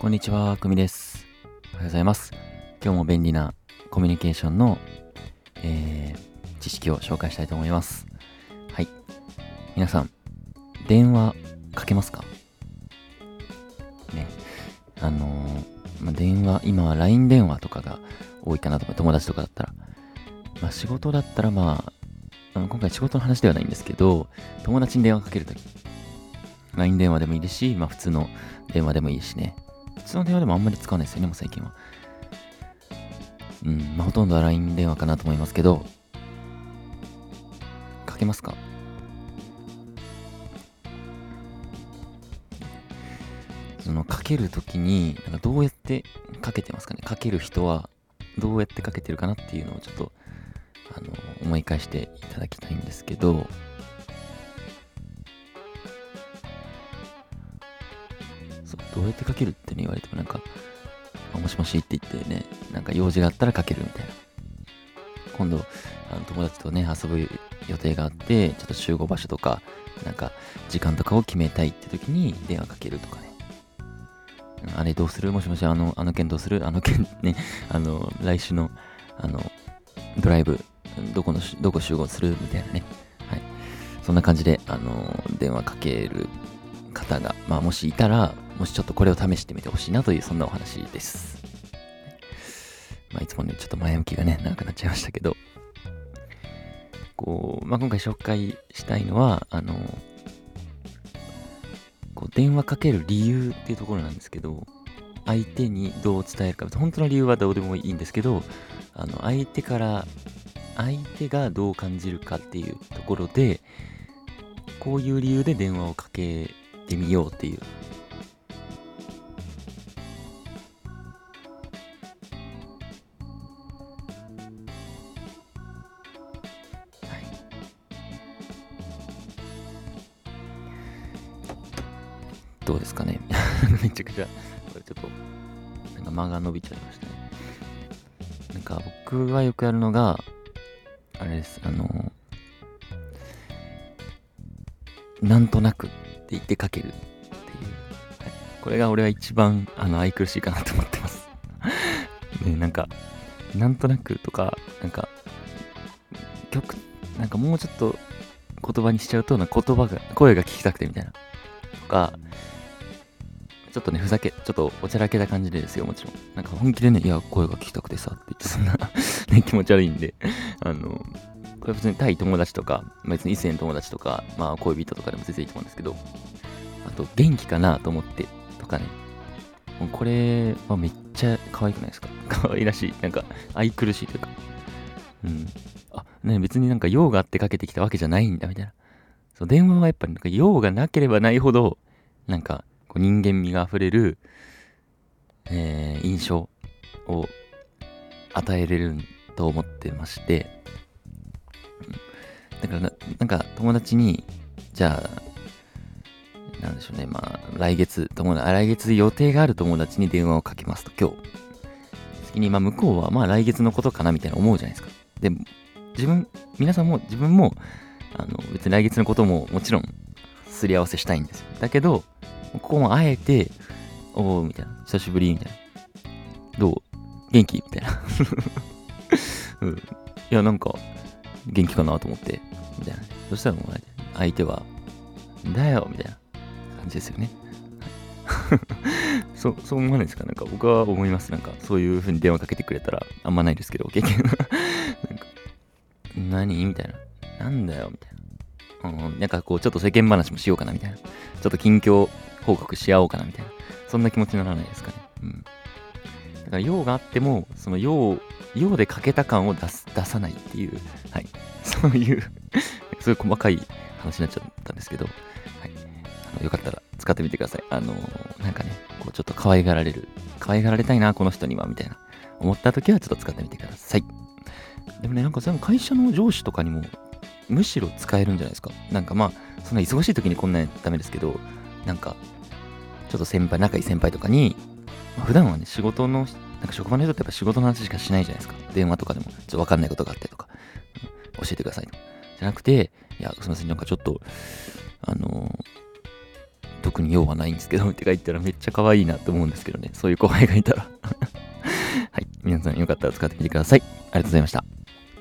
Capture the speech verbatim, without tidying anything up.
こんにちは、くみです。おはようございます。今日も便利なコミュニケーションの、えー、知識を紹介したいと思います。はい。皆さん、電話かけますかね。あのーまあ、電話、今は ライン 電話とかが多いかなと思う。友達とかだったら。まあ、仕事だったらまあ、あの今回仕事の話ではないんですけど、友達に電話かけるとき、ライン 電話でもいいですし、まあ普通の電話でもいいしね。普通の電話でもあんまり使わないですよね、もう最近は。うん、まあほとんどは ライン 電話かなと思いますけど、かけますか？そのかけるときに、なんかどうやってかけてますかね？かける人はどうやってかけてるかなっていうのをちょっと、あの、思い返していただきたいんですけど、そう、どうやってかけるってね言われてもなんか、あもしもしって言ってね、なんか用事があったらかけるみたいな。今度、あの友達とね、遊ぶ予定があって、ちょっと集合場所とか、なんか、時間とかを決めたいって時に電話かけるとかね。あれどうする？もしもし、あの、あの件どうする？あの件ね、あの、来週の、あの、ドライブ、どこの、どこ集合するみたいなね。はい。そんな感じで、あの、電話かける方が、まあ、もしいたら、もしちょっとこれを試してみてほしいなという、そんなお話です。まあ、いつもね、ちょっと前向きがね、長くなっちゃいましたけど、こう、まあ、今回紹介したいのは、あの、こう電話かける理由っていうところなんですけど、相手にどう伝えるか、本当の理由はどうでもいいんですけど、あの、相手から、相手がどう感じるかっていうところで、こういう理由で電話をかけてみようっていう。はい。どうですかね。めちゃくちゃ、これちょっと、なんか間が伸びちゃいましたね。なんか僕がよくやるのが、あれです、あの、なんとなくって言ってかけるっていう。はい、これが俺は一番、あの、愛くるしいかなと思ってます。ね、なんか、なんとなくとか、なんか、曲、なんかもうちょっと言葉にしちゃうと、なんか言葉が、声が聞きたくてみたいな。とか、ちょっとね、ふざけ、ちょっとおちゃらけた感じでですよ、もちろん。なんか本気でね、いや、声が聞きたくてさ、って言って、そんなね、気持ち悪いんで、あの、これ普通に対友達とか、別に異性の友達とか、まあ恋人とかでも全然いいと思うんですけど、あと、元気かなと思って、とかね。もうこれはめっちゃ可愛くないですか？可愛らしい。なんか、愛くるしいというか。うん。あ、ね、別になんか用があってかけてきたわけじゃないんだ、みたいな。そう、電話はやっぱりなんか用がなければないほど、なんか、こう人間味が溢れる、えー、印象を与えれると思ってまして、だからな、なんか友達に、じゃあ、なんでしょうね、まあ、来月、友達、来月予定がある友達に電話をかけますと、今日。次に、まあ、向こうは、まあ、来月のことかなみたいな思うじゃないですか。で、自分、皆さんも、自分も、あの、別に来月のことも、もちろん、すり合わせしたいんですよ。だけど、ここもあえて、おー、みたいな、久しぶり、みたいな。どう元気みたいな。うん。いや、なんか、元気かなと思って、みたいな。そしたらもう、相手は、だよ、みたいな感じですよね。そう、そう思わないですか？なんか僕は思います。なんかそういう風に電話かけてくれたらあんまないですけど、経験が。なんか、何みたいな。なんだよみたいな。うん、なんかこうちょっと世間話もしようかなみたいな。ちょっと近況報告し合おうかなみたいな。そんな気持ちにならないですかね。うん。だから用があっても、その用、用でかけた感を出す、出さないっていう、はい。そういうそういう細かい話になっちゃったんですけど、はい。あのよかったら使ってみてください。あのー、なんかね、こうちょっと可愛がられる。可愛がられたいな、この人には、みたいな。思った時はちょっと使ってみてください。でもね、なんかその会社の上司とかにも、むしろ使えるんじゃないですか。なんかまあ、そんな忙しい時にこんなダメですけど、なんか、ちょっと先輩、仲いい先輩とかに、まあ、普段はね、仕事の、なんか職場の人ってやっぱ仕事の話しかしないじゃないですか。電話とかでも、ちょっとわかんないことがあってとか、うん、教えてくださいと。じゃなくて、いや、すみません、なんかちょっと、あのー特に用はないんですけどって書いてたらめっちゃ可愛いなと思うんですけどね。そういう後輩がいたらはい。皆さんよかったら使ってみてください。ありがとうございました。